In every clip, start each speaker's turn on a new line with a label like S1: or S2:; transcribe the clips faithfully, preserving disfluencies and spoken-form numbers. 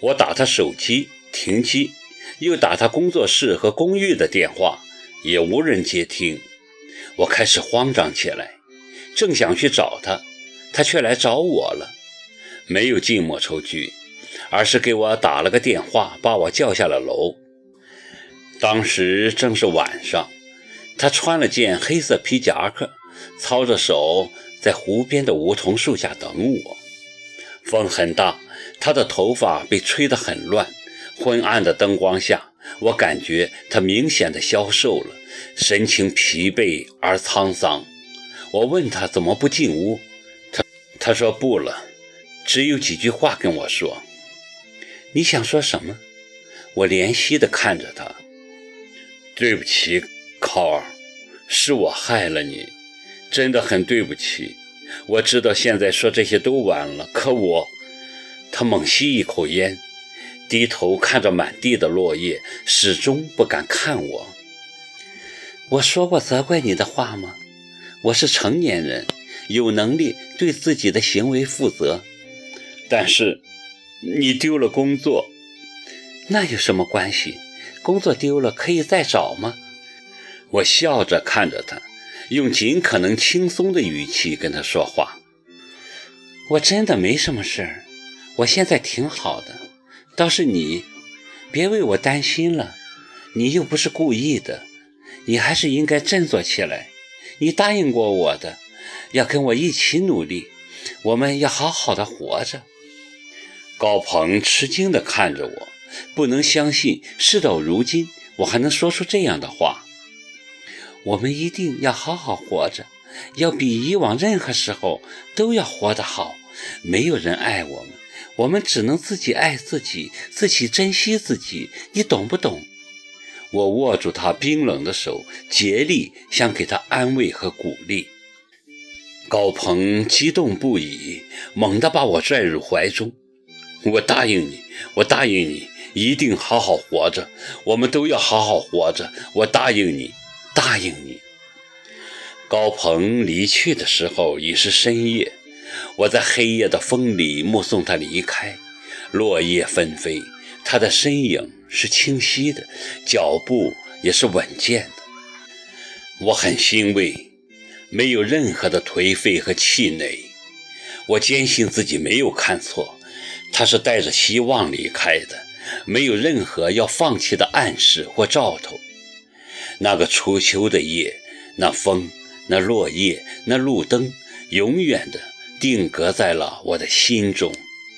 S1: 我打他手机停机，又打他工作室和公寓的电话，也无人接听。我开始慌张起来，正想去找他，他却来找我了。没有进莫愁居，而是给我打了个电话，把我叫下了楼。当时正是晚上，他穿了件黑色皮夹克，操着手在湖边的梧桐树下等我。风很大，他的头发被吹得很乱，昏暗的灯光下，我感觉他明显的消瘦了，神情疲惫而沧桑。我问他怎么不进屋，他他说不了，只有几句话跟我说。你想说什么？我怜惜地看着他。对不起，考尔，是我害了你，真的很对不起。我知道现在说这些都晚了，可我……他猛吸一口烟，低头看着满地的落叶，始终不敢看我。我说过责怪你的话吗？我是成年人，有能力对自己的行为负责。但是你丢了工作。那有什么关系？工作丢了可以再找吗？我笑着看着他，用尽可能轻松的语气跟他说话。我真的没什么事儿，我现在挺好的。倒是你，别为我担心了，你又不是故意的，你还是应该振作起来。你答应过我的，要跟我一起努力，我们要好好的活着。高鹏吃惊地看着我，不能相信事到如今我还能说出这样的话。我们一定要好好活着，要比以往任何时候都要活得好。没有人爱我们，我们只能自己爱自己，自己珍惜自己，你懂不懂？我握住他冰冷的手，竭力想给他安慰和鼓励。高鹏激动不已，猛地把我拽入怀中。我答应你，我答应你，一定好好活着，我们都要好好活着，我答应你，答应你。高鹏离去的时候已是深夜，我在黑夜的风里目送他离开，落叶纷飞，他的身影是清晰的，脚步也是稳健的。我很欣慰，没有任何的颓废和气馁。我坚信自己没有看错，他是带着希望离开的，没有任何要放弃的暗示或兆头。那个初秋的夜，那风，那落叶，那路灯，永远的定格在了我的心中。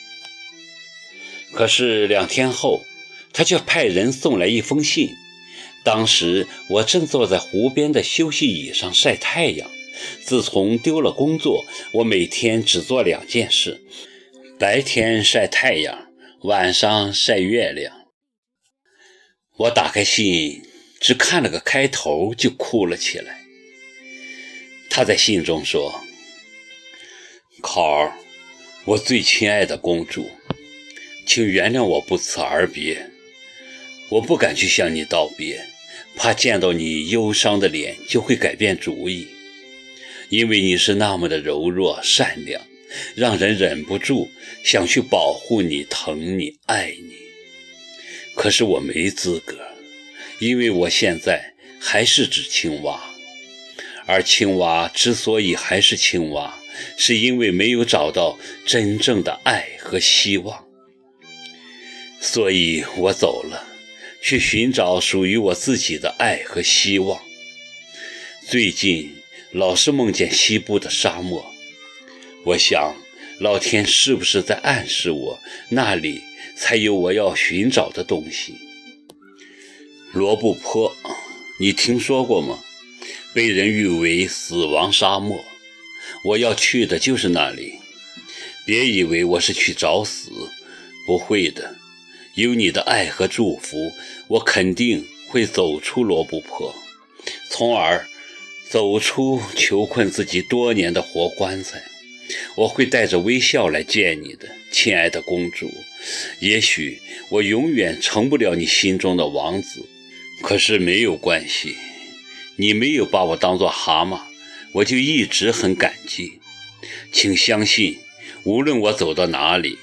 S1: 可是两天后，他却派人送来一封信。当时我正坐在湖边的休息椅上晒太阳。自从丢了工作，我每天只做两件事，白天晒太阳，晚上晒月亮。我打开信，只看了个开头就哭了起来。他在信中说：考儿，我最亲爱的公主，请原谅我不辞而别。我不敢去向你道别，怕见到你忧伤的脸就会改变主意。因为你是那么的柔弱善良，让人忍不住想去保护你、疼你、爱你。可是我没资格，因为我现在还是只青蛙，而青蛙之所以还是青蛙，是因为没有找到真正的爱和希望。所以我走了，去寻找属于我自己的爱和希望。最近老是梦见西部的沙漠，我想老天是不是在暗示我，那里才有我要寻找的东西。罗布泊，你听说过吗？被人誉为死亡沙漠，我要去的就是那里。别以为我是去找死，不会的，有你的爱和祝福，我肯定会走出罗布泊，从而走出囚困自己多年的活棺材。我会带着微笑来见你的，亲爱的公主。也许我永远成不了你心中的王子，可是没有关系，你没有把我当作蛤蟆，我就一直很感激。请相信，无论我走到哪里，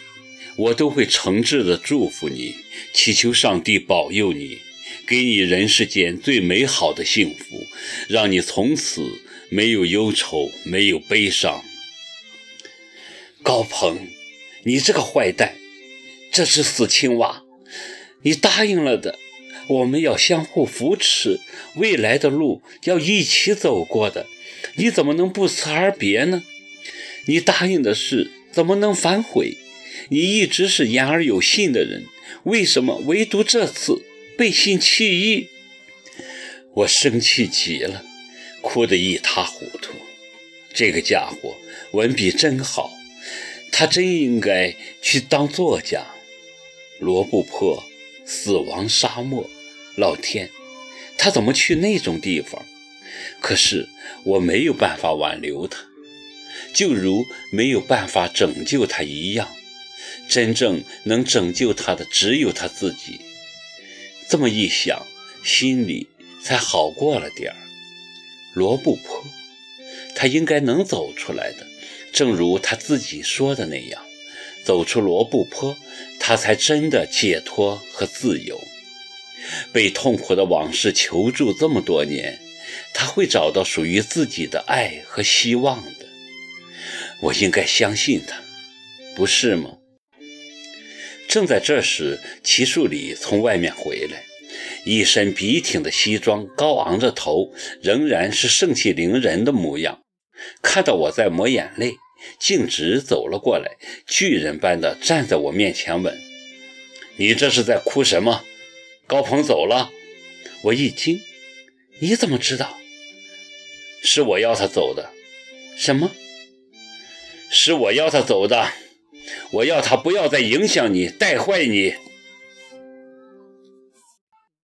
S1: 我都会诚挚地祝福你，祈求上帝保佑你，给你人世间最美好的幸福，让你从此没有忧愁，没有悲伤。高鹏，你这个坏蛋，这只死青蛙，你答应了的，我们要相互扶持，未来的路要一起走过的，你怎么能不辞而别呢？你答应的事怎么能反悔？你一直是言而有信的人，为什么唯独这次背信弃义？我生气极了，哭得一塌糊涂。这个家伙文笔真好，他真应该去当作家。罗布泊，死亡沙漠，老天，他怎么去那种地方？可是我没有办法挽留他，就如没有办法拯救他一样。真正能拯救他的只有他自己。这么一想，心里才好过了点儿。罗布泊，他应该能走出来的，正如他自己说的那样，走出罗布泊，他才真的解脱和自由。被痛苦的往事囚住这么多年，他会找到属于自己的爱和希望的。我应该相信他，不是吗？正在这时，齐树礼从外面回来，一身笔挺的西装，高昂着头，仍然是盛气凌人的模样。看到我在抹眼泪，径直走了过来，巨人般的站在我面前问：你这是在哭什么？高鹏走了？我一惊，你怎么知道？是我要他走的。什么？是我要他走的，我要他不要再影响你，带坏你。